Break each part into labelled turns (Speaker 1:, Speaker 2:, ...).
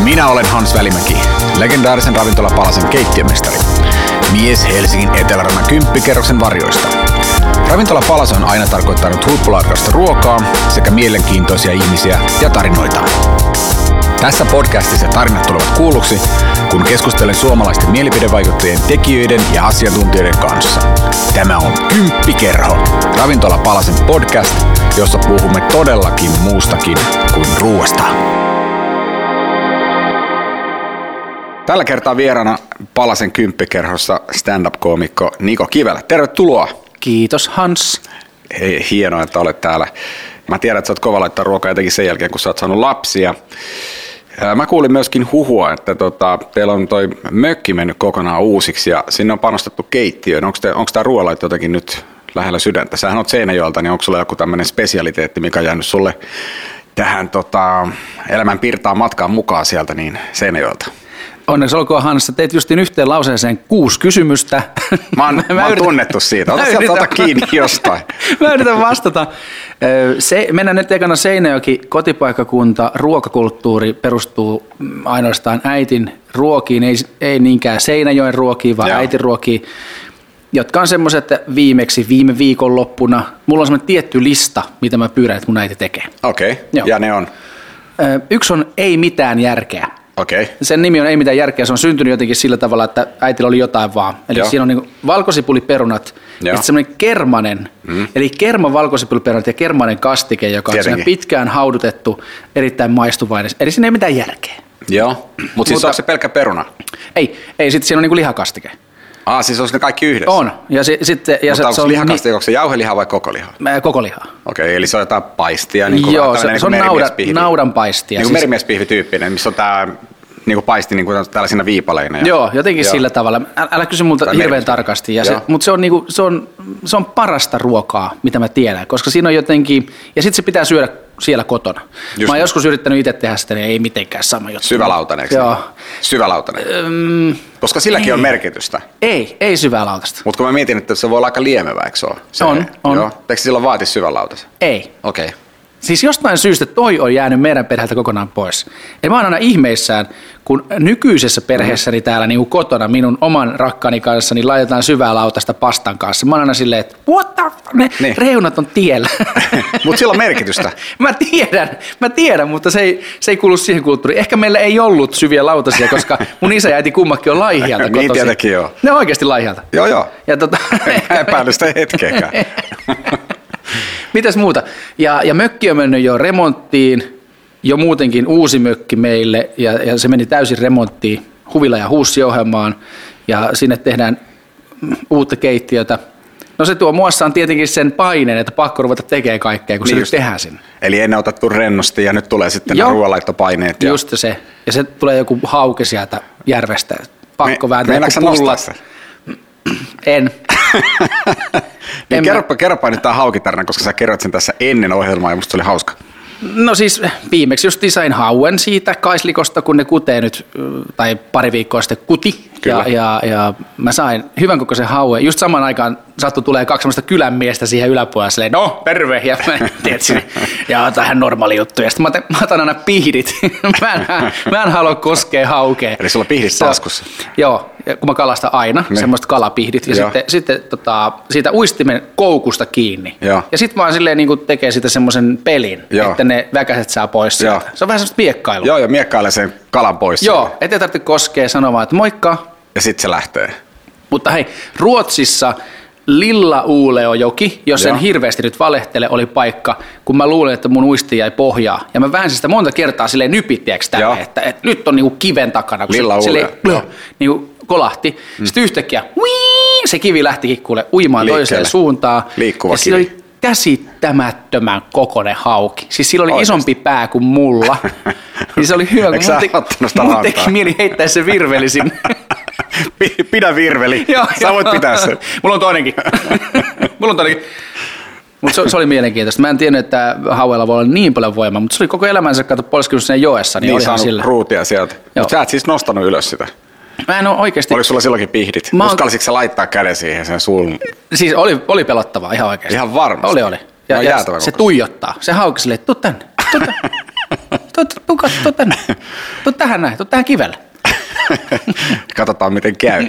Speaker 1: Minä olen Hans Välimäki, legendaarisen ravintola Palasen keittiömestari. Mies Helsingin Etelärannan 10-kerroksen varjoista. Ravintola Palas on aina tarkoittanut huippulaadukasta ruokaa sekä mielenkiintoisia ihmisiä ja tarinoita. Tässä podcastissa tarinat tulevat kuulluksi, kun keskustelen suomalaisten mielipidevaikuttajien tekijöiden ja asiantuntijoiden kanssa. Tämä on 10-kerho, Ravintola Palasen podcast, jossa puhumme todellakin muustakin kuin ruoasta. Tällä kertaa vieraana Palasen 10-kerhossa stand-up-koomikko Niko Kivelä. Tervetuloa.
Speaker 2: Kiitos Hans.
Speaker 1: Hei, hienoa, että olet täällä. Mä tiedän, että sä oot kova laittaa ruokaa jotenkin sen jälkeen, kun sä oot saanut lapsia. Mä kuulin myöskin huhua, että teillä on toi mökki mennyt kokonaan uusiksi ja sinne on panostettu keittiöön. Onko tää ruoanlaitto jotenkin nyt lähellä sydäntä? Sähän oot Seinäjoelta, niin onko sulla joku tämmöinen spesialiteetti, mikä on jäänyt sulle tähän elämän pirtaan matkaan mukaan sieltä niin Seinäjoelta?
Speaker 2: Onneksi olkoon Hans, teit justiin yhteen lauseeseen 6 kysymystä.
Speaker 1: Mä oon tunnettu siitä. Ota kiinni jostain.
Speaker 2: Mä yritän vastata. Mennään nyt ekana Seinäjoki, kotipaikkakunta, ruokakulttuuri perustuu ainoastaan äitin ruokiin, ei niinkään Seinäjoen ruokiin, vaan äitin ruokiin, jotka on semmoiset, että viime viikonloppuna, mulla on semmoinen tietty lista, mitä mä pyydän, että mun äiti tekee.
Speaker 1: Okei, ja ne on?
Speaker 2: Yksi on ei mitään järkeä.
Speaker 1: Okay.
Speaker 2: Sen nimi on ei mitään järkeä, se on syntynyt jotenkin sillä tavalla, että äitillä oli jotain vaan. Eli Siinä on niin valkosipuliperunat ja sitten semmoinen kermanen, eli kerman valkosipuliperunat ja kermanen kastike, joka on siinä pitkään haudutettu, erittäin maistuvainen. Eli siinä ei mitään järkeä.
Speaker 1: Joo, mutta siis onko se pelkkä peruna?
Speaker 2: Ei sitten siinä on niin lihakastike.
Speaker 1: Siis on ne kaikki yhdessä?
Speaker 2: On.
Speaker 1: Mutta onko se lihakastike, onko se jauheliha vai koko liha?
Speaker 2: Koko liha.
Speaker 1: Okei, eli se on jotain paistia. Niin
Speaker 2: joo, se on naudan paistia.
Speaker 1: Niin kuin merimiespihvityyppinen, missä on tämä niin kuin paisti niin kuin tällaisina viipaleina.
Speaker 2: Joo, jotenkin sillä tavalla. Älä kysy multa hirveän tarkasti. Mutta se on parasta ruokaa, mitä mä tiedän, koska siinä on jotenkin, ja sitten se pitää syödä siellä kotona. Mä oon joskus yrittänyt itse tehdä sitä, niin ei mitenkään sama juttu.
Speaker 1: Syvälautainen, eikö? Joo. Syvälautainen. Koska silläkin on merkitystä.
Speaker 2: Ei syvälautasta.
Speaker 1: Mutta kun mä mietin, että se voi olla aika liemevä, eikö se ole?
Speaker 2: On.
Speaker 1: Joo. Eikö silloin vaati syvälautaisen?
Speaker 2: Ei.
Speaker 1: Okei.
Speaker 2: Siis jostain syystä toi on jäänyt meidän perheeltä kokonaan pois. Ja mä oon aina ihmeissään, kun nykyisessä perheessäni täällä niin kotona minun oman rakkaani kanssa niin laitetaan syvää lautasta pastan kanssa. Mä oon aina silleen, että ne reunat on tiellä.
Speaker 1: Mutta sillä on merkitystä.
Speaker 2: Mä tiedän, mutta se ei kuulu siihen kulttuuriin. Ehkä meillä ei ollut syviä lautasia, koska mun isä ja äiti kummakin on Laihialta kotoisin.
Speaker 1: Niin tietenkin joo.
Speaker 2: Ne on oikeasti Laihialta.
Speaker 1: Joo. Ja en epäily sitä hetkeäkään.
Speaker 2: Mitäs muuta? Ja mökki on mennyt jo remonttiin, jo muutenkin uusi mökki meille, ja se meni täysin remonttiin Huvila ja Huussi-ohjelmaan, ja sinne tehdään uutta keittiötä. No se tuo muassaan tietenkin sen paineen, että pakko ruveta tekemään kaikkea, kun niin se nyt tehdään sinne.
Speaker 1: Eli ennen otettu rennosti, ja nyt tulee sitten nämä ruoanlaittopaineet.
Speaker 2: Just se. Ja se tulee joku hauke sieltä järvestä. Pakko vääntää joku pullat. En.
Speaker 1: Niin kerropa nyt tämä haukitarina, koska sä kerroit sen tässä ennen ohjelmaa ja musta se oli hauska.
Speaker 2: No siis viimeksi just sain hauen siitä kaislikosta, kun ne kutee nyt, tai pari viikkoa sitten kuti. Ja mä sain hyvän kokoisen hauen. Just samaan aikaan sattui tulee 2 semmoista kylänmiestä siihen yläpuolelle, silleen, no terve, ja mä teet sinne, ja tähän normaali juttu. Ja sitten mä otan aina pihdit. mä en halua koskea haukea.
Speaker 1: Eli sulla on pihdit taskussa.
Speaker 2: Joo, kun mä kalastan aina, semmoista kalapihdit, ja sitten siitä uistimen koukusta kiinni. Joo. Ja sitten vaan silleen niin tekee siitä semmoisen pelin, että ne väkäset saa pois sieltä. Se on vähän semmoista miekkailua.
Speaker 1: Joo, ja miekkaile sen kalan pois.
Speaker 2: Joo, ettei tarvitse koskea sanomaan, että moikka.
Speaker 1: Ja sitten se lähtee.
Speaker 2: Mutta hei, Ruotsissa Lilla-Uuleojoki, jos en hirveästi nyt valehtele, oli paikka, kun mä luulen, että mun uisti jäi pohjaa. Ja mä väänsin sitä monta kertaa silleen nypittiäksi tälle, että nyt on niinku kiven takana. Lilla-Uuleo. Niinku kolahti. Sitten yhtäkkiä se kivi lähtikin kuule uimaan toiseen suuntaan.
Speaker 1: Liikkuva
Speaker 2: ja kivi. Oli käsittämättömän kokoinen hauki. Siis sillä oli isompi pää kuin mulla. Niin se oli hyvä, kun mun teki mieli heittää se virveli sinne.
Speaker 1: Pidä virveli. Sä voit pitää sen.
Speaker 2: Mulla on toinenkin. Mutta se oli mielenkiintoista. Mä en tiennyt, että hauella voi olla niin paljon voimaa, mutta se oli koko elämänsä polskinut sinne joessa. Niin
Speaker 1: saanut sillä ruutia sieltä. Mutta sä et siis nostanut ylös sitä.
Speaker 2: Mä en ole oikeasti.
Speaker 1: Oliko sulla silloinkin pihdit? Uskallisitko sä laittaa käden siihen sen suun?
Speaker 2: Siis oli pelottavaa ihan oikeasti.
Speaker 1: Ihan varmasti?
Speaker 2: Oli. Ja se tuijottaa. Se hauki silleen, että tuu tänne. Tuu tänne. Tuu tähän kivelle.
Speaker 1: Katsotaan miten käy.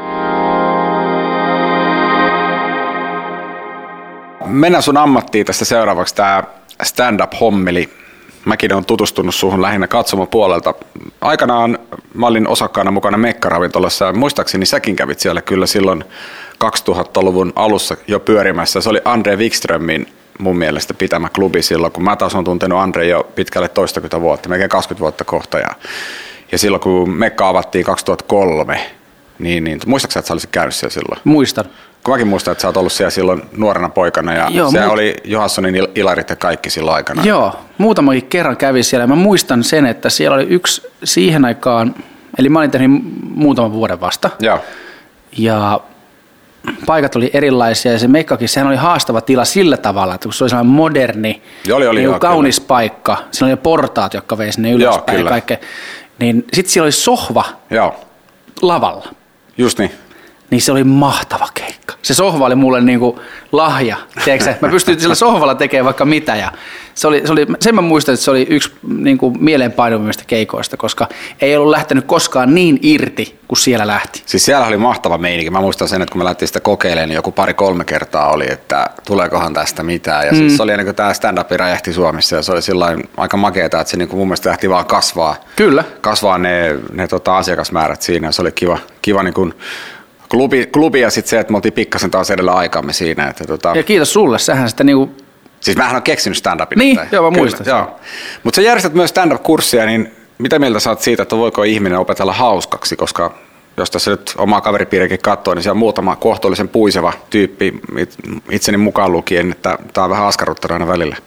Speaker 1: Mennään sun ammattiin tästä seuraavaksi, tämä stand-up-hommeli. Mäkin olen tutustunut suhun lähinnä katsomopuolelta. Aikanaan mä olin osakkaana mukana Mekka-ravintolassa ja muistaakseni säkin kävit siellä kyllä silloin 2000-luvun alussa jo pyörimässä. Se oli Andre Wikströmin mun mielestä pitämä klubi silloin, kun mä taas olen tuntenut Andre jo pitkälle 20 vuotta, melkein 20 vuotta kohta. Ja silloin kun Mekka avattiin 2003, niin muistatko että sä olisit käynyt siellä silloin?
Speaker 2: Muistan.
Speaker 1: Kun mäkin muistan, että sä oot ollut siellä silloin nuorena poikana ja se oli Johanssonin Ilarit ja kaikki silloin aikana.
Speaker 2: Joo, muutamakin kerran kävi siellä. Mä muistan sen, että siellä oli yksi siihen aikaan, eli mä olin tehnyt muutaman vuoden vasta.
Speaker 1: Joo.
Speaker 2: Ja paikat oli erilaisia ja se Mekkakin, sehän oli haastava tila sillä tavalla, että kun se oli sellainen moderni, oli kaunis paikka, siinä oli portaat, jotka vei sinne ylöspäin ja kaikkea, niin sitten siellä oli sohva lavalla. Just niin. Niin se oli mahtava keikka. Se sohva oli mulle niinku lahja, tiedätkö? Mä pystyin sillä sohvalla tekemään vaikka mitä ja sen mä muistan, että se oli yksi niinku mieleenpainuvimmista keikoista, koska ei ollut lähtenyt koskaan niin irti kuin siellä lähti.
Speaker 1: Siis siellä oli mahtava meininki. Mä muistan sen, että kun me lähtiin sitä kokeilemaan, niin joku 2-3 kertaa oli, että tuleekohan tästä mitään. Ja siis se oli ennen kuin tämä stand-up räjähti Suomessa ja se oli sillain aika makeeta, että se niinku mun mielestä lähti vaan kasvaa.
Speaker 2: Kyllä.
Speaker 1: Kasvaa ne asiakasmäärät siinä ja se oli kiva niin kuin klubi ja sitten se, että me oltiin pikkasen taas edellä aikaamme siinä. Että
Speaker 2: Ja kiitos sulle, sähän sitä niinku...
Speaker 1: Siis mähän on keksinyt stand-upin.
Speaker 2: Niin, joo mä muistan.
Speaker 1: Mutta sä järjestät myös stand-up-kurssia, niin mitä mieltä sä oot siitä, että voiko ihminen opetella hauskaksi, koska jos tässä nyt omaa kaveripiiriäkin katsoo, niin siellä on muutama kohtuullisen puiseva tyyppi, itseni mukaan lukien, että tää on vähän askarruttanut aina välillä.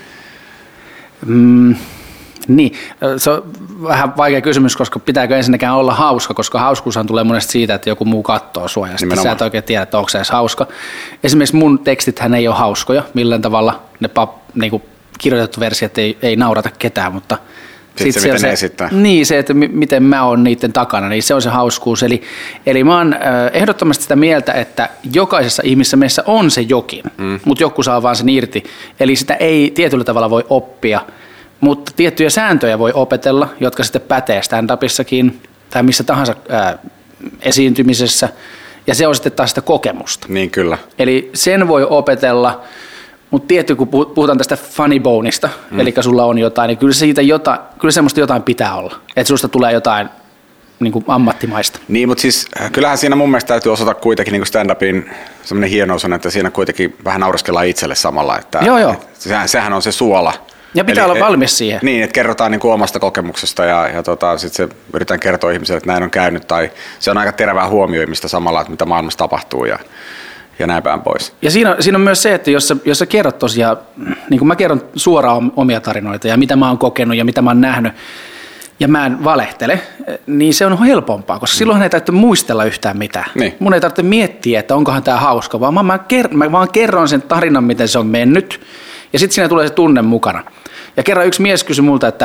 Speaker 2: Niin, se on vähän vaikea kysymys, koska pitääkö ensinnäkään olla hauska, koska hauskuushan tulee monesti siitä, että joku muu katsoo sua ja sitten sä et oikein tiedä, että onko se edes hauska. Esimerkiksi mun tekstithän ei ole hauskoja, millään tavalla ne niinku kirjoitettu versiot ei naurata ketään, mutta
Speaker 1: sitten se, miten ne esittää.
Speaker 2: Niin, se, että miten mä oon niiden takana, niin se on se hauskuus. Eli mä oon ehdottomasti sitä mieltä, että jokaisessa ihmisessä meissä on se jokin, mutta joku saa vaan sen irti. Eli sitä ei tietyllä tavalla voi oppia. Mutta tiettyjä sääntöjä voi opetella, jotka sitten pätee stand-upissakin tai missä tahansa esiintymisessä, ja se on sitten taas sitä kokemusta.
Speaker 1: Niin kyllä.
Speaker 2: Eli sen voi opetella, mutta tietty kun puhutaan tästä funny boneista, eli sulla on jotain, niin kyllä semmoista jotain pitää olla, että susta tulee jotain niin kuin ammattimaista.
Speaker 1: Niin, mutta siis kyllähän siinä mun mielestä täytyy osata kuitenkin niin kuin stand-upin semmoinen hienous on, että siinä kuitenkin vähän naureskellaan itselle samalla, että
Speaker 2: Joo.
Speaker 1: Sehän on se suola.
Speaker 2: Ja pitää olla valmis siihen.
Speaker 1: Niin, että kerrotaan niin kuin omasta kokemuksesta ja sitten se yritetään kertoa ihmiselle, että näin on käynyt. Tai se on aika terävää huomioimista samalla, että mitä maailmassa tapahtuu ja näin päin pois.
Speaker 2: Ja siinä on myös se, että jos sä kerrot tosiaan, niin kuin mä kerron suoraan omia tarinoita ja mitä mä oon kokenut ja mitä mä oon nähnyt, ja mä en valehtele, niin se on helpompaa, koska silloin ei tarvitse muistella yhtään mitään.
Speaker 1: Niin.
Speaker 2: Mun ei tarvitse miettiä, että onkohan tää hauska, vaan mä vaan kerron sen tarinan, miten se on mennyt, ja sitten siinä tulee se tunne mukana. Ja kerran yksi mies kysyi multa, että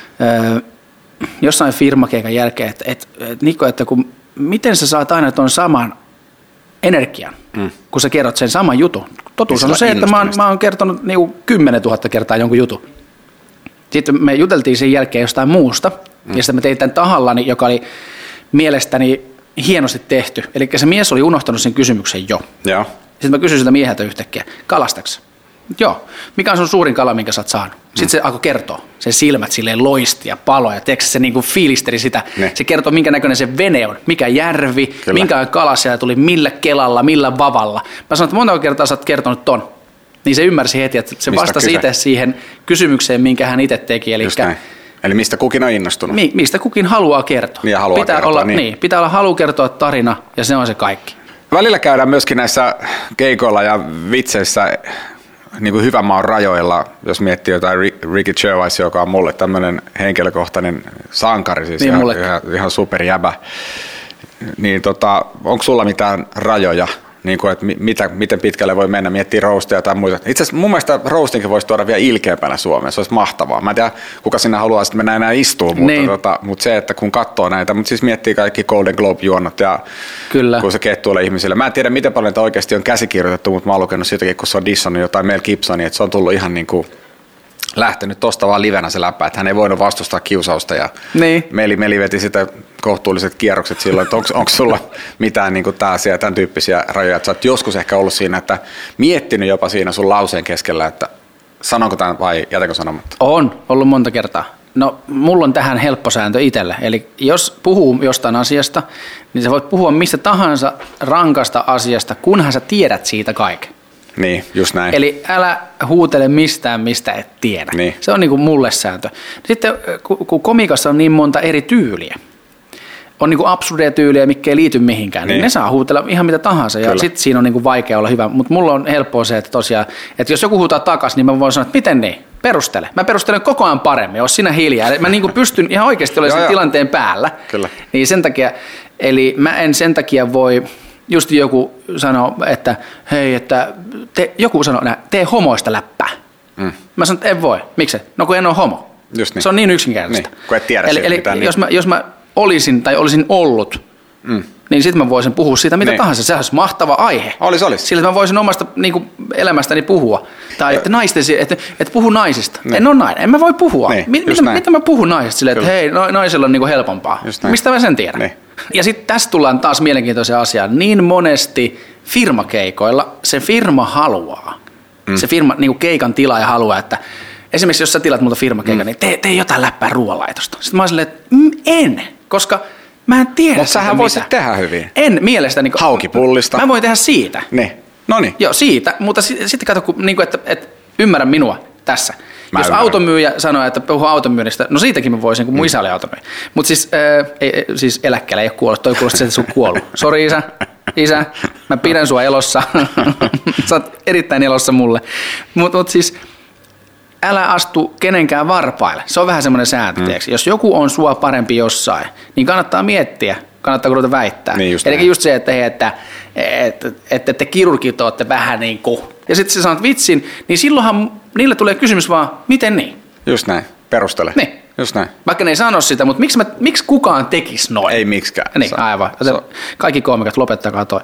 Speaker 2: jossain firmakeikan jälkeen, että Niko, että miten sä saat aina tuon saman energian, kun sä kerrot sen saman jutun. Totuus on se, että mä oon kertonut niinku 10 000 kertaa jonkun jutun. Sitten me juteltiin sen jälkeen jostain muusta, ja sitten mä tein tämän tahallani, joka oli mielestäni hienosti tehty. Eli se mies oli unohtanut sen kysymyksen jo.
Speaker 1: Joo.
Speaker 2: Sitten mä kysyin siltä mieheltä yhtäkkiä, kalastaks? Joo. Mikä on sun suurin kala, minkä sä oot saanut? Sitten se alkoi kertoa. Sen silmät silleen loisti ja paloi ja tiedätkö, se niinku fiilisteli sitä. Ne. Se kertoi, minkä näköinen se vene on, mikä järvi, kyllä, minkä kala siellä tuli, millä kelalla, millä vavalla. Mä sanoin, että monta kertaa sä oot kertonut ton. Niin se ymmärsi heti, että se vastasi itse siihen kysymykseen, minkä hän itse teki.
Speaker 1: Eli mistä kukin on innostunut?
Speaker 2: Mistä kukin haluaa kertoa.
Speaker 1: Niin, haluaa
Speaker 2: pitää
Speaker 1: kertoa,
Speaker 2: olla, niin. Pitää olla halu kertoa tarina ja se on se kaikki.
Speaker 1: Välillä käydään myöskin näissä keikoilla ja vitseissä niin kuin hyvän maan rajoilla, jos miettii jotain Ricky Gervais, joka on mulle tämmöinen henkilökohtainen sankari, siis
Speaker 2: niin
Speaker 1: ihan superjäbä. Niin onko sulla mitään rajoja, niin kuin, että miten pitkälle voi mennä, miettii roastia tai muita? Itse asiassa mun mielestä roastinkin voisi tuoda vielä ilkeämpänä Suomeen, se olisi mahtavaa. Mä en tiedä, kuka sinne haluaa sitten mennä enää istua, mutta se, että kun katsoo näitä, mutta siis miettii kaikki Golden Globe-juonnot ja kyllä, kun se kettuilee ihmisille. Mä en tiedä, miten paljon tämä oikeasti on käsikirjoitettu, mutta mä oon lukenut siitäkin, kun se on dissannut jotain Mel Gibsonia, että se on tullut ihan niin kuin lähtenyt tosta vaan livenä se läppä, että hän ei voinut vastustaa kiusausta ja
Speaker 2: niin.
Speaker 1: Meli veti sitä kohtuulliset kierrokset silloin, että onko sulla mitään niin tämän tyyppisiä rajoja, että sä oot joskus ehkä ollut siinä, että miettinyt jopa siinä sun lauseen keskellä, että sanonko tämän vai jätänkö sanomatta?
Speaker 2: On ollut monta kertaa. No, mulla on tähän helppo sääntö itselle. Eli jos puhuu jostain asiasta, niin sä voit puhua mistä tahansa rankasta asiasta, kunhan sä tiedät siitä kaiken.
Speaker 1: Niin, just näin.
Speaker 2: Eli älä huutele mistään, mistä et tiedä.
Speaker 1: Niin.
Speaker 2: Se on niin kuin mulle sääntö. Sitten kun komikassa on niin monta eri tyyliä, on niin kuin absurdeja tyyliä, mikä ei liity mihinkään, niin ne saa huutella ihan mitä tahansa. Ja sitten siinä on niin kuin vaikea olla hyvä. Mutta mulla on helppoa se, että tosiaan, että jos joku huutaa takas, niin mä voin sanoa, että miten niin? Perustele. Mä perustelen koko ajan paremmin, jos sinä hiljaa. Mä niin kuin pystyn ihan oikeasti olemaan sen tilanteen päällä.
Speaker 1: Kyllä.
Speaker 2: Niin sen takia, eli mä en sen takia voi, just joku sanoo, että hei, että joku sanoo, tee homoista läppää. Mä sanon, että en voi. Miksi? No kun en ole homo.
Speaker 1: Just niin.
Speaker 2: Se on niin yksinkertaista.
Speaker 1: Niin, kun et tiedä
Speaker 2: eli
Speaker 1: mitään.
Speaker 2: Jos mä olisin tai olisin ollut, niin sitten mä voisin puhua siitä mitä tahansa. Se olisi mahtava aihe.
Speaker 1: Olisi.
Speaker 2: Sillä mä voisin omasta niin kuin, elämästäni puhua. Tai että että puhu naisista. En ole nainen. En mä voi puhua. Mitä mä puhun naisista silleen, että hei, naisella on niin kuin helpompaa. Mistä mä sen tiedän? Niin. Ja sitten tässä tullaan taas mielenkiintoiseen asiaan. Niin monesti firmakeikoilla se firma haluaa. Se firma, niin kuin keikan tilaaja haluaa, että esimerkiksi jos sä tilat multa firmakeikan, niin tee jotain läppää ruoanlaitosta. Sitten mä oon silleen, että en, koska mä en tiedä.
Speaker 1: Mutta sähän voisit tehdä hyvin.
Speaker 2: En mielestäni.
Speaker 1: Haukipullista.
Speaker 2: Mä voin tehdä siitä.
Speaker 1: Noniin.
Speaker 2: Joo, siitä, mutta sitten kato, niin että ymmärrä minua tässä. Jos
Speaker 1: ymmärrän.
Speaker 2: Automyyjä sanoo, että puhuu automyynnistä, no siitäkin mä voisin, kun mun isä oli automyyjä. Mutta siis eläkkeellä ei ole kuollut, toi kuulostaa, että sä oot kuollut. Sori isä, mä pidän sua elossa. Sä oot erittäin elossa mulle. Mut siis älä astu kenenkään varpaille. Se on vähän semmoinen sääntö. Jos joku on sua parempi jossain, niin kannattaa miettiä, kannattaa ruveta väittää.
Speaker 1: Niin
Speaker 2: eli just se, että te kirurgit olette vähän niin kuin, ja sitten sä sanot vitsin, niin silloinhan niille tulee kysymys vaan, miten niin?
Speaker 1: Just näin, perustele.
Speaker 2: Niin.
Speaker 1: Just näin.
Speaker 2: Vaikka ne ei sano sitä, mutta miksi kukaan tekisi noin?
Speaker 1: Ei miksikään.
Speaker 2: Niin, aivan. Kaikki koomikat, lopettakaa toi.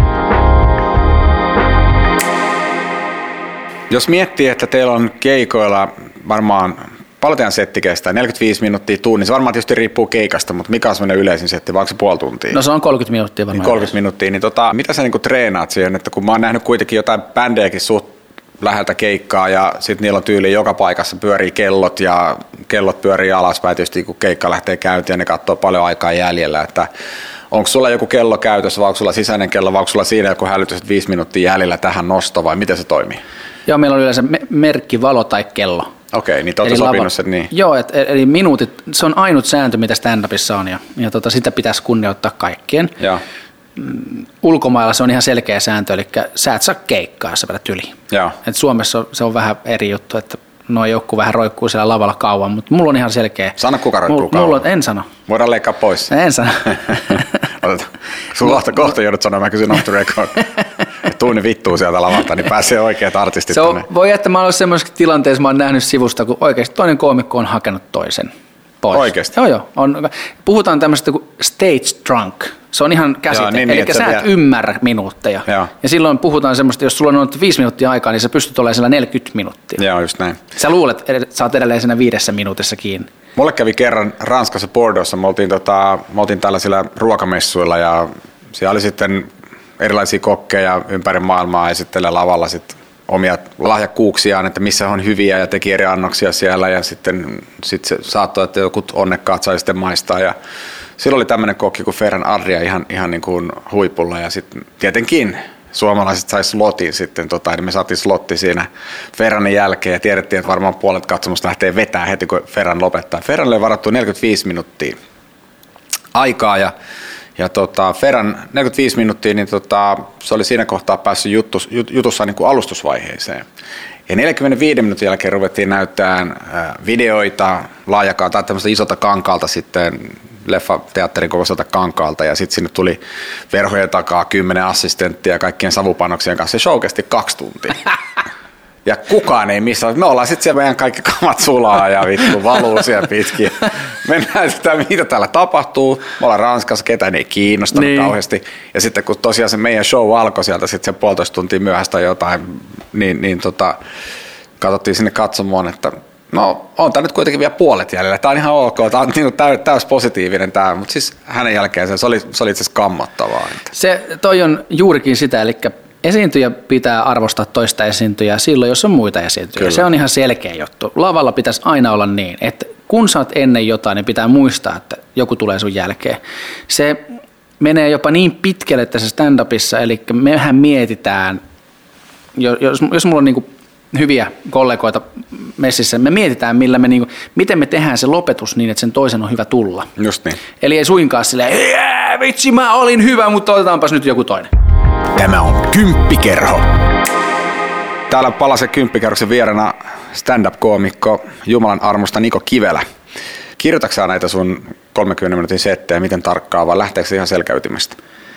Speaker 1: Jos miettii, että teillä on keikoilla varmaan paljon teidän setti kestää, 45 minuuttia tunnin, se varmaan tietysti riippuu keikasta, mutta mikä on semmoinen yleisin setti, vai onko se puoli tuntia?
Speaker 2: No se on 30 minuuttia varmaan.
Speaker 1: 30 minuuttia, niin mitä sä niinku treenaat siihen, että kun mä oon nähnyt kuitenkin jotain bändejäkin suht läheltä keikkaa ja sitten niillä on tyyli joka paikassa pyörii kellot ja kellot pyörii alaspäin tietysti kun keikka lähtee käyntiin ja ne katsoo paljon aikaa jäljellä, että onko sulla joku kello käytössä vai onko sulla sisäinen kello vai onko sulla siinä joku hälytys, että 5 minuuttia jäljellä tähän nosto vai miten se toimii? Joo,
Speaker 2: meillä on yleensä merkki, valo tai kello.
Speaker 1: Okei, niin te olette sopinut sen niin.
Speaker 2: Joo, eli minuutit, se on ainut sääntö, mitä stand-upissa on ja sitä pitäisi kunnioittaa kaikkien.
Speaker 1: Ja.
Speaker 2: Ulkomailla se on ihan selkeä sääntö, eli sä et saa keikkaa, jos sä vedät yli. Et Suomessa se on vähän eri juttu, että nuo joku vähän roikkuu siellä lavalla kauan, mutta mulla on ihan selkeä.
Speaker 1: Sano kuka roikkuu kauan.
Speaker 2: En sano.
Speaker 1: Voidaan leikkaa pois.
Speaker 2: En sano.
Speaker 1: Sun kohta joudut sanoa, mä kysyn off the record. Tunni vittuu sieltä lavalta, niin pääsee oikeat artistit tonne.
Speaker 2: Voi että mä oon ollut semmoisessa tilanteessa, mä oon nähnyt sivusta, kun oikeasti toinen koomikko on hakenut toisen pois.
Speaker 1: Oikeasti?
Speaker 2: Joo. Puhutaan tämmöistä kuin stage drunk. Se on ihan käsite. Niin, eli sä et ymmärrä minuutteja. Ja silloin puhutaan semmoista, jos sulla on 5 minuuttia aikaa, niin sä pystyt olemaan siellä 40 minuuttia.
Speaker 1: Joo, just näin.
Speaker 2: Sä luulet, että sä oot edelleen siinä 5 minuutissa kiinni.
Speaker 1: Mulle kävi kerran Ranskassa Bordeauxssa, me oltiin tällaisilla ruokamessuilla ja siellä oli sitten erilaisia kokkeja ympäri maailmaa esittelee lavalla sitten omia lahjakkuuksiaan, että missä on hyviä ja teki eri annoksia siellä ja sitten se saattoi, että joku onnekkaat sai sitten maistaa ja silloin oli tämmöinen kokki kuin Ferran Adria ihan niin kuin huipulla ja sitten tietenkin suomalaiset sai slotin sitten, eli me saatiin slotti siinä Ferranin jälkeen ja tiedettiin, että varmaan puolet katsomusta lähtee vetää heti, kun Ferran lopettaa. Ferranille oli varattu 45 minuuttia aikaa ja Ferran 45 minuuttia, niin se oli siinä kohtaa päässyt jutussa niin kuin alustusvaiheeseen. Ja 45 minuutin jälkeen ruvettiin näyttämään videoita laajakaan tämmöistä isolta kankaalta sitten, leffateatterin kokoiselta kankaalta ja sitten sinne tuli verhojen takaa 10 assistenttia kaikkien savupanoksien kanssa. Se show kesti 2 tuntia. Ja kukaan ei missään. Me ollaan sitten siellä meidän kaikki kamat sulaa ja vittu valuu siellä pitkin. Me näytetään, mitä täällä tapahtuu. Me ollaan Ranskassa, ketään ei kiinnostanut kauheasti. Ja sitten kun tosiaan se meidän show alkoi sieltä sitten se 1,5 tuntia myöhäistä jotain, niin katsottiin sinne katsomoon, että No on tämä nyt kuitenkin vielä puolet jäljellä. Tämä on ihan ok, tämä on niin täys positiivinen tämä, mutta siis hänen jälkeen se oli itse asiassa kammottavaa.
Speaker 2: Toi on juurikin sitä, eli esiintyjä pitää arvostaa toista esiintyjää silloin, jos on muita esiintyjä. Kyllä. Se on ihan selkeä juttu. Lavalla pitäisi aina olla niin, että kun sä oot ennen jotain, niin pitää muistaa, että joku tulee sun jälkeen. Se menee jopa niin pitkälle tässä stand-upissa, eli mehän mietitään, jos mulla on niinku hyviä kollegoita messissä, me mietitään, miten me tehdään se lopetus niin, että sen toisen on hyvä tulla.
Speaker 1: Just niin.
Speaker 2: Eli ei suinkaan silleen, vitsi mä olin hyvä, mutta otetaanpas nyt joku toinen.
Speaker 1: Tämä on Kymppikerho. Täällä Palasen Kymppikerroksen vierana stand-up-koomikko Jumalan armosta Niko Kivelä. Kirjoitatko sä näitä sun 30 minuutin settejä, miten tarkkaan, vai lähteekö se ihan selkäytimestä?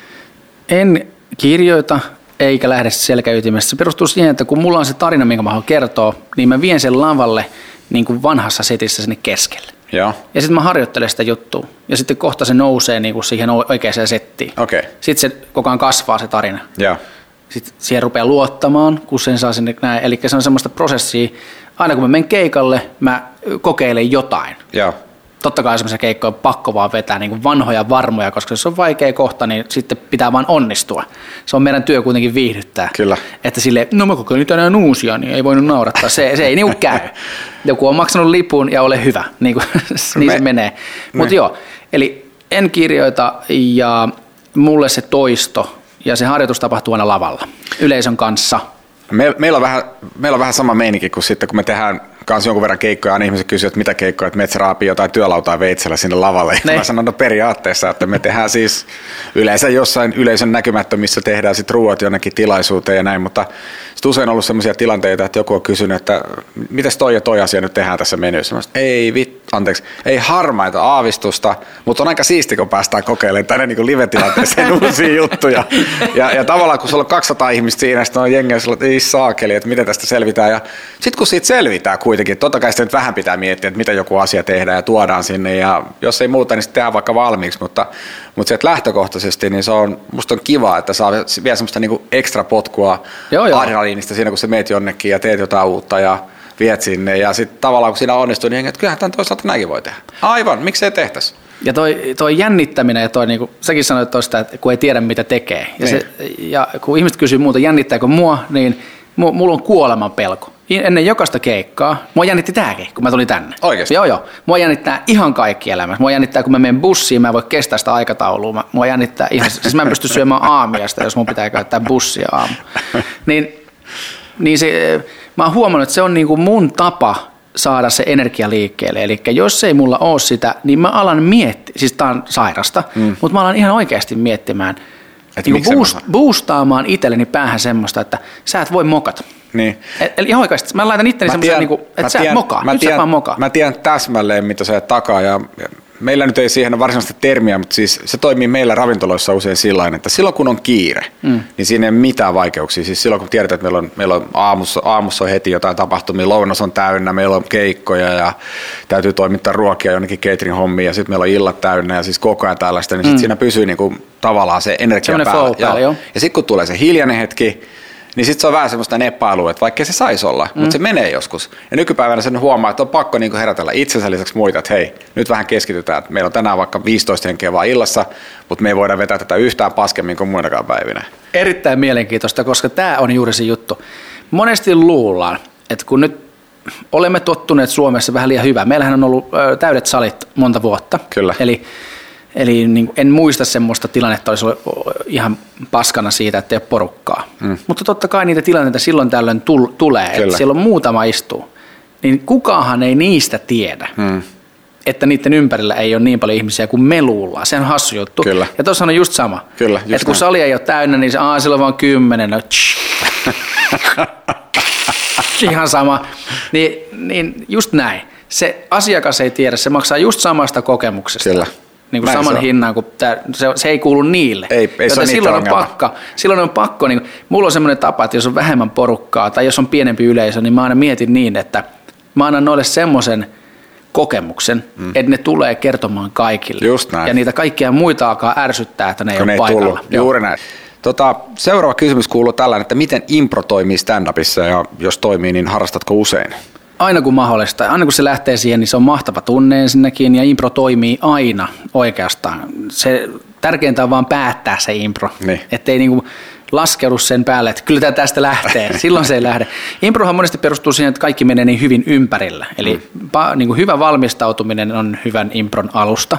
Speaker 2: En kirjoita eikä lähde selkäytimestä. Se perustuu siihen, että kun mulla on se tarina, minkä mä haluan kertoa, niin mä vien sen lavalle niin kuin vanhassa setissä sinne keskelle.
Speaker 1: Joo.
Speaker 2: Ja sitten mä harjoittelen sitä juttua. Ja sitten kohta se nousee niin kuin siihen oikeaan settiin.
Speaker 1: Okay.
Speaker 2: Sitten se koko ajan kasvaa se tarina.
Speaker 1: Joo.
Speaker 2: Sitten siihen rupeaa luottamaan, kun sen saa sinne näin. Eli se on semmoista prosessia. Aina kun mä menen keikalle, mä kokeilen jotain.
Speaker 1: Joo.
Speaker 2: Totta kai semmoisia keikkoja on pakko vaan vetää niin kuin vanhoja varmoja, koska jos on vaikea kohta, niin sitten pitää vaan onnistua. Se on meidän työ kuitenkin viihdyttää.
Speaker 1: Kyllä.
Speaker 2: Että silleen, no mä kokeilin tänään uusia, niin ei voinut naurattaa. Se ei niin kuin käy. Joku on maksanut lipun ja ole hyvä, niin, kuin, niin se menee. Mutta joo, eli en kirjoita ja mulle se toisto ja se harjoitus tapahtuu aina lavalla yleisön kanssa.
Speaker 1: Meillä on vähän sama meininki kuin sitten, kun me tehdään kanssa jonkun verran keikkoja, aina ihmiset kysyvät, että mitä keikkoja, että metsä raapii jotain työlautaa veitsellä sinne lavalle. Mä sanon, no periaatteessa, että me tehdään siis yleensä jossain yleisön näkymättömissä tehdään sitten ruuat jonnekin tilaisuuteen ja näin, mutta sitten usein on ollut sellaisia tilanteita, että joku on kysynyt, että mites toi ja toi asia nyt tehdään tässä menyssä. Ei harmaita aavistusta, mutta on aika siisti, kun päästään kokeilemaan tänne niin live-tilanteeseen uusia juttuja. Ja tavallaan, kun sulla on 200 ihmistä siinä, sitten on jengiä, että ei saakeli, että miten tästä selvitään. Ja sitten kun siitä selvitään kuitenkin, totta kai sitten nyt vähän pitää miettiä, että mitä joku asia tehdään ja tuodaan sinne. Ja jos ei muuta, niin sitten tehdään vaikka valmiiksi, mutta se, että lähtökohtaisesti, niin musta on kiva, että saa vielä semmoista niin ekstra potkua adrenaliinista siinä, kun sä meet jonnekin ja teet jotain uutta ja viet sinne. Ja sitten tavallaan, kun siinä onnistuu, niin että kyllähän tämän toisaalta näinkin voi tehdä. Aivan, miksei tehtäisi?
Speaker 2: Ja toi jännittäminen ja toi, niin kuin säkin sanoit tuosta, että kun ei tiedä mitä tekee. Ja kun ihmiset kysyy muuta, jännittääkö mua, niin mulla on kuoleman pelko. Ennen jokaista keikkaa, mua jännitti tääkin, kun mä tulin tänne.
Speaker 1: Oikeasti?
Speaker 2: Joo. Mua jännittää ihan kaikki elämässä. Mua jännittää, kun mä menen bussiin, mä en voi kestää sitä aikataulua. Mua jännittää ihan, siis mä en pysty syömään aamiaista, jos mun pitää käyttää bussia aamu. Niin se, mä oon huomannut, että se on niin kuin mun tapa saada se energia liikkeelle. Eli jos ei mulla ole sitä, niin mä alan miettiä, siis tää on sairasta, mutta mä alan ihan oikeasti miettimään, niin boostaamaan itselleni päähän semmoista, että sä et voi mokata.
Speaker 1: Niin.
Speaker 2: Eli ihan oikeasti, mä laitan itteni semmoisen, että sä et mokaa, nyt sä vaan mokaa.
Speaker 1: Mä tiedän täsmälleen, mitä sä takaa, ja meillä nyt ei siihen ole varsinaisesti termiä, mutta siis se toimii meillä ravintoloissa usein sillain, että silloin kun on kiire, niin siinä ei ole mitään vaikeuksia. Siis silloin kun tiedetään, että meillä on aamussa on heti jotain tapahtumia, lounas on täynnä, meillä on keikkoja ja täytyy toimittaa ruokia jonnekin catering-hommiin ja sitten meillä on illat täynnä ja siis koko ajan tällaista, niin sitten siinä pysyy niinku tavallaan se energia päällä. Ja sitten kun tulee se hiljainen hetki, niin sitten se on vähän semmoista neppailua, että vaikka se saisi olla, mutta se menee joskus. Ja nykypäivänä sen huomaa, että on pakko niinku herätellä itsensä lisäksi muita, että hei, nyt vähän keskitytään, että meillä on tänään vaikka 15 henkeä vaan illassa, mutta me ei voida vetää tätä yhtään paskemmin kuin muinakaan päivinä.
Speaker 2: Erittäin mielenkiintoista, koska tämä on juuri se juttu. Monesti luullaan, että kun nyt olemme tottuneet Suomessa vähän liian hyvää, meillähän on ollut täydet salit monta vuotta.
Speaker 1: Kyllä.
Speaker 2: Eli niin en muista semmoista tilannetta, olisi ihan paskana siitä, että ei ole porukkaa. Mutta totta kai niitä tilanteita silloin tällöin tulee, Kyllä. että siellä on muutama istuu. Niin kukaanhan ei niistä tiedä, että niiden ympärillä ei ole niin paljon ihmisiä kuin me luullaan. Se on hassu juttu.
Speaker 1: Kyllä.
Speaker 2: Ja tuossa on just sama.
Speaker 1: Kyllä, just
Speaker 2: että kun sali ei ole täynnä, niin silloin vaan 10. No, ihan sama. Niin just näin. Se asiakas ei tiedä, se maksaa just samasta kokemuksesta.
Speaker 1: Kyllä.
Speaker 2: Niin kuin saman hinnan, kun se ei kuulu niille.
Speaker 1: Ei se
Speaker 2: silloin on pakko, niin mulla on semmoinen tapa, että jos on vähemmän porukkaa tai jos on pienempi yleisö, niin mä aina mietin niin, että mä annan noille semmoisen kokemuksen, että ne tulee kertomaan kaikille.
Speaker 1: Just näin.
Speaker 2: Ja niitä kaikkia muita alkaa ärsyttää, että ne ei ole paikalla.
Speaker 1: Juuri näin. Seuraava kysymys kuuluu tällainen, että miten impro toimii stand-upissa ja jos toimii, niin harrastatko usein?
Speaker 2: aina kun mahdollista, aina kun se lähtee siihen, niin se on mahtava tunne ensinnäkin, ja impro toimii aina oikeastaan. Se, tärkeintä on vaan päättää se impro,
Speaker 1: niin.
Speaker 2: ettei niinku laskeudu sen päälle, että kyllä tämä tästä lähtee, silloin se ei lähde. Improhan monesti perustuu siihen, että kaikki menee niin hyvin ympärillä, eli niinku hyvä valmistautuminen on hyvän impron alusta,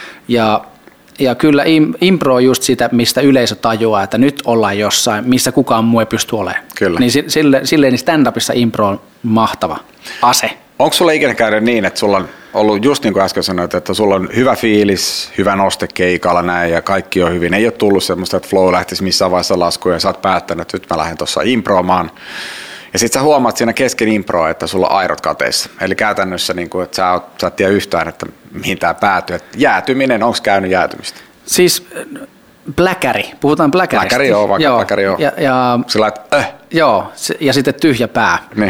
Speaker 2: ja kyllä impro on just sitä, mistä yleisö tajuaa, että nyt ollaan jossain, missä kukaan muu ei pysty olemaan.
Speaker 1: Kyllä.
Speaker 2: Niin silleen niin stand-upissa impro on mahtava ase.
Speaker 1: Onko sulla ikinä käynyt niin, että sulla on ollut just niin kuin äsken sanoit, että sulla on hyvä fiilis, hyvä noste keikalla näin ja kaikki on hyvin. Ei ole tullut semmoista, että flow lähtisi missään vaiheessa laskuun ja sä oot päättänyt, että nyt mä lähden tuossa improamaan. Ja sit sä huomaat siinä kesken improa, että sulla on airot kateissa. Eli käytännössä, niin kuin, että sä et tiedä yhtään, että mihin tää päätyy. Että jäätyminen, onko käynyt jäätymistä?
Speaker 2: Siis pläkäri, puhutaan pläkäristä.
Speaker 1: Pläkäri joo, vaikka pläkäri joo. Sillä
Speaker 2: Joo, ja sitten tyhjä pää.
Speaker 1: Niin.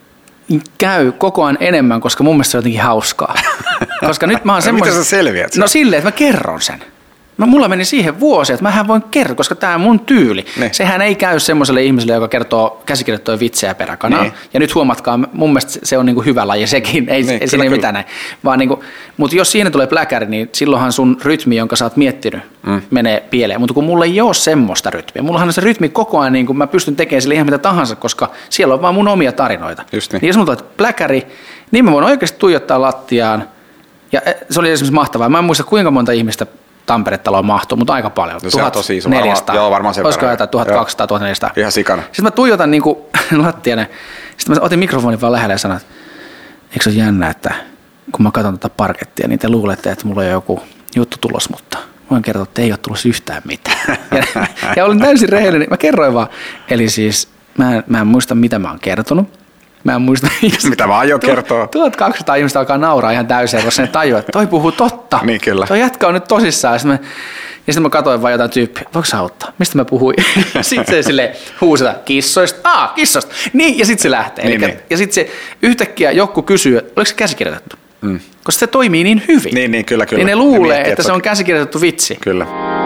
Speaker 2: Käy koko ajan enemmän, koska mun mielestä se on jotenkin hauskaa. Koska nyt mä oon semmoinen...
Speaker 1: Miten sä selviät sen?
Speaker 2: No silleen, että mä kerron sen. Mulla meni siihen vuosi, että mähän voin kertoa, koska tämä on mun tyyli.
Speaker 1: Niin.
Speaker 2: Sehän ei käy semmoiselle ihmiselle, joka kertoo käsikirjoittuja vitsejä peräkanaa.
Speaker 1: Niin.
Speaker 2: Ja nyt huomatkaa, mun mielestä se on niinku hyvä laji sekin, ei
Speaker 1: niin,
Speaker 2: siinä mitään näin. Vaan niinku, mutta jos siinä tulee pläkäri, niin silloinhan sun rytmi, jonka sä oot miettinyt, menee pieleen. Mutta kun mulla ei ole semmoista rytmiä, mullahan on se rytmi koko ajan, niin kun mä pystyn tekemään sille ihan mitä tahansa, koska siellä on vaan mun omia tarinoita.
Speaker 1: Just niin.
Speaker 2: Niin jos mulla tulee pläkäri, niin mä voin oikeasti tuijottaa lattiaan. Ja se oli esimerkiksi mahtavaa. Mä en muista kuinka monta ihmistä Tampere-taloon mahtuu, mutta aika paljon.
Speaker 1: No, 1400. Joo, varmaan sen
Speaker 2: olisiko jotain 1200, 1400.
Speaker 1: Ihan sikana.
Speaker 2: Sitten mä tuijotan niinku lattialle. Sitten mä otin mikrofonin vaan lähelle ja sanoin, että eikö se ole jännä, että kun mä katson tätä parkettia, niin te luulette, että mulla on joku juttu tulos, mutta voin kertoa, että ei ole tullut yhtään mitään. Ja olin täysin rehellinen. Mä kerroin vaan. Eli siis mä en muista, mitä mä oon kertonut. Mä en muista,
Speaker 1: mitä mä aion kertoa.
Speaker 2: 1200 ihmistä alkaa nauraa ihan täysin, koska ne tajuaa, että toi puhuu totta.
Speaker 1: Niin kyllä.
Speaker 2: Toi jätkä on nyt tosissaan. Ja sitten mä katsoin vaan jotain tyyppiä. Voiko sä auttaa? Mistä mä puhuin? Sitten se silleen huusata kissoista. Kissoista. Niin, ja sitten se lähtee.
Speaker 1: Niin.
Speaker 2: Ja sitten se yhtäkkiä joku kysyy, että oliko se käsikirjoitettu? Koska se toimii niin hyvin.
Speaker 1: Niin, kyllä.
Speaker 2: Niin ne luulee, että se on käsikirjoitettu vitsi.
Speaker 1: Kyllä.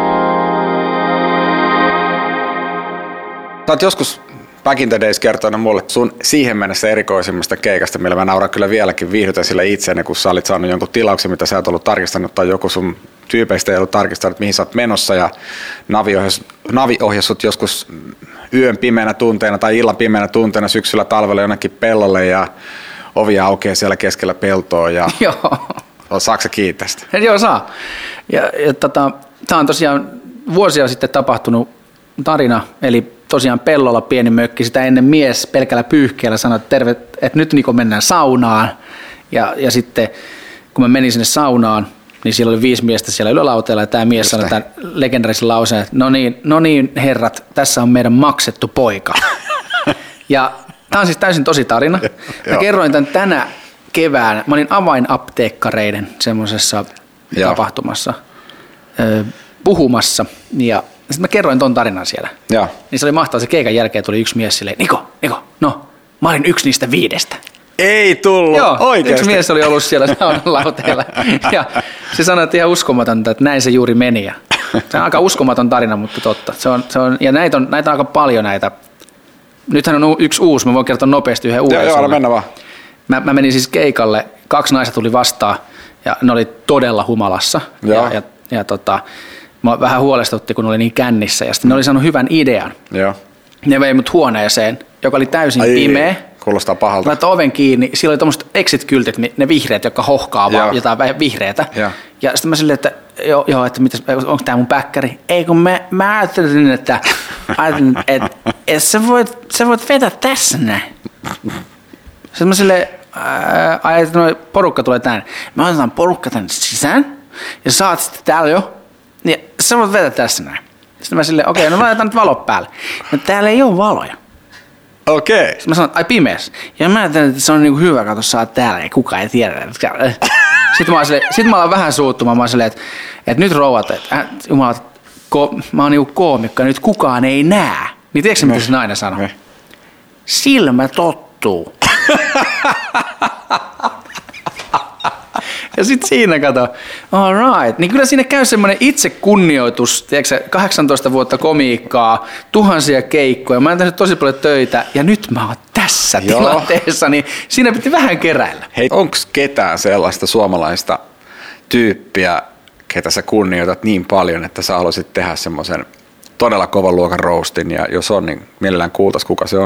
Speaker 1: Sä oot joskus back in the days kertoinut mulle sun siihen mennessä erikoisimmasta keikasta, millä mä nauran kyllä vieläkin, viihdytän sille itseäni, kun sä olit saanut jonkun tilauksen, mitä sä oot ollut tarkistanut, tai joku sun tyypeistä ei ollut tarkistanut, mihin sä oot menossa, ja Navi ohjasi sut joskus yön pimeänä tunteena tai illan pimeänä tunteena syksyllä talvella jonnekin pellolle, ja ovi aukeaa siellä keskellä peltoa, ja saako sä kiittää sitä?
Speaker 2: Joo, saa. Tämä on tosiaan vuosia sitten tapahtunut tarina, eli tosiaan pellolla pieni mökki, sitä ennen mies pelkällä pyyhkeellä sanoi, että terve, että nyt Niko mennään saunaan. Ja sitten kun mä menin sinne saunaan, niin siellä oli 5 miestä siellä ylälauteella ja tämä mies sanoi tämän legendarisen lauseen, että no niin herrat, tässä on meidän maksettu poika. Ja tämä on siis täysin tosi tarina. Mä kerroin tämän tänä keväänä, mä olin avainapteekkareiden semmoisessa tapahtumassa puhumassa ja sitten mä kerroin ton tarinan siellä.
Speaker 1: Ja.
Speaker 2: Niin se oli mahtavaa. Se keikan jälkeen tuli yksi mies silleen, Niko, no, mä olin yksi niistä 5.
Speaker 1: Ei tullut,
Speaker 2: joo,
Speaker 1: oikeasti.
Speaker 2: Yksi mies oli ollut siellä saunan lauteella. Ja se sanoi, että ihan uskomatonta, että näin se juuri meni. Ja se on aika uskomaton tarina, mutta totta. Se on, ja näitä on aika paljon näitä. Nythän on yksi uusi, mä voin kertoa nopeasti yhden uuden.
Speaker 1: Joo, mennä vaan.
Speaker 2: Mä menin siis keikalle, 2 naista tuli vastaan ja ne oli todella humalassa. Ja mä vähän huolestutti, kun oli niin kännissä, ja sitten ne oli saanut hyvän idean.
Speaker 1: Joo.
Speaker 2: Ne vei mut huoneeseen, joka oli täysin pimeä.
Speaker 1: Kuulostaa pahalta.
Speaker 2: Mä laitan oven kiinni, siellä oli tommoset exit-kyltit, ne vihreät, jotka hohkaa vaan jotain vihreätä. Ja sitten mä silleen, että joo, että onko tää mun päkkäri? Ei, kun mä ajattelin, että sä voit vetää tässä näin. Sitten mä silleen, ajattelin, että porukka tulee tänne. Mä otetaan porukka tänne sisään, ja sä oot sitten täällä jo. Niin sä voit vetää tässä näin. Sitten mä silleen, okei, no laitetaan nyt valot päälle. No täällä ei ole valoja.
Speaker 1: Okei.
Speaker 2: Sitten mä sanoin, ai pimeässä. Ja mä ajattelin, että se on niinku hyvä, kato sä oot täällä ja kukaan ei tiedä. Sitten mä alan vähän suuttumaan. Mä oon silleen, että nyt rouvat, että mä oon niinku koomikko ja nyt kukaan ei näe. Niin tiedätkö mitä se nainen sanoo? Silmä tottuu. Ja sit siinä kato, all right. Niin kyllä siinä käy semmoinen itsekunnioitus, tiedätkö 18 vuotta komiikkaa, tuhansia keikkoja. Mä oon tehnyt tosi paljon töitä ja nyt mä oon tässä tilanteessa, niin siinä piti vähän keräillä.
Speaker 1: Hei, onko ketään sellaista suomalaista tyyppiä, ketä sä kunnioitat niin paljon, että sä haluaisit tehdä semmoisen todella kovan luokan roastin, ja jos on, niin mielellään kuultaisi, kuka se on?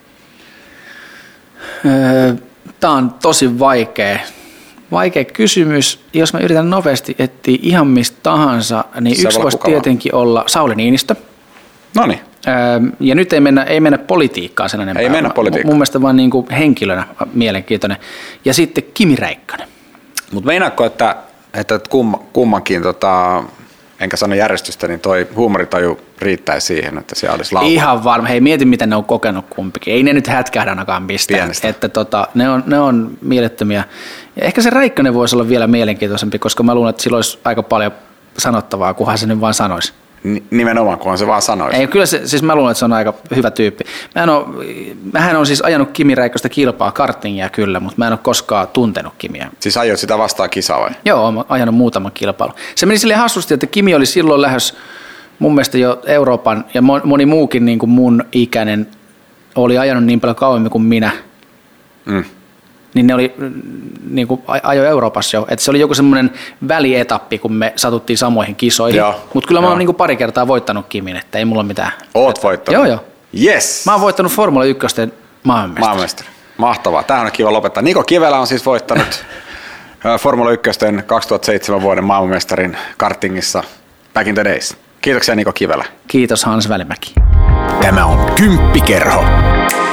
Speaker 2: Tämä on tosi vaikea kysymys. Jos mä yritän nopeasti etsiä ihan mistä tahansa, niin yksi voisi tietenkin olla Sauli Niinistö.
Speaker 1: Noniin.
Speaker 2: Ja nyt ei mennä politiikkaan sen enempää.
Speaker 1: Ei mennä politiikkaan.
Speaker 2: Mun mielestä vaan niin kuin henkilönä mielenkiintoinen. Ja sitten Kimi Räikkönen.
Speaker 1: Mutta meinaatko, että kummankin, enkä sano järjestystä, niin toi huumoritaju riittäisi siihen, että siellä olisi laulaa?
Speaker 2: Ihan varma. Hei, mieti miten ne on kokenut kumpikin. Ei ne nyt hätkähdä ainakaan mistään. Että ne on mielettömiä. Ja ehkä se Räikkönen voisi olla vielä mielenkiintoisempi, koska mä luulen, että sillä olisi aika paljon sanottavaa, kunhan se nyt vaan sanoisi.
Speaker 1: Nimenomaan, kunhan se vaan sanoisi.
Speaker 2: Ei, kyllä siis mä luulen, että se on aika hyvä tyyppi. Mähän on siis ajanut Kimi Räikköstä kilpaa, kartingia kyllä, mutta mä en ole koskaan tuntenut Kimiä.
Speaker 1: Siis ajoit sitä vastaan kisaa vai?
Speaker 2: Joo, olen ajanut muutaman kilpailun. Se meni silleen hassusti, että Kimi oli silloin lähes mun mielestä jo Euroopan ja moni muukin niin kuin mun ikäinen oli ajanut niin paljon kauemmin kuin minä. Niin ne oli niin kuin ajo Euroopassa jo. Että se oli joku semmoinen välietappi, kun me satuttiin samoihin kisoihin. Mutta kyllä mä oon niin kuin pari kertaa voittanut Kimin, että ei mulla mitään.
Speaker 1: Oot voittanut?
Speaker 2: Joo.
Speaker 1: Yes!
Speaker 2: Mä oon voittanut Formula 1 maailmanmestari.
Speaker 1: Mahtavaa. Tämähän on kiva lopettaa. Niko Kivelä on siis voittanut Formula 1 2007 vuoden maailmanmestarin kartingissa back in the days. Kiitoksia Niko Kivelä.
Speaker 2: Kiitos Hans Välimäki.
Speaker 1: Tämä on Kymppikerho.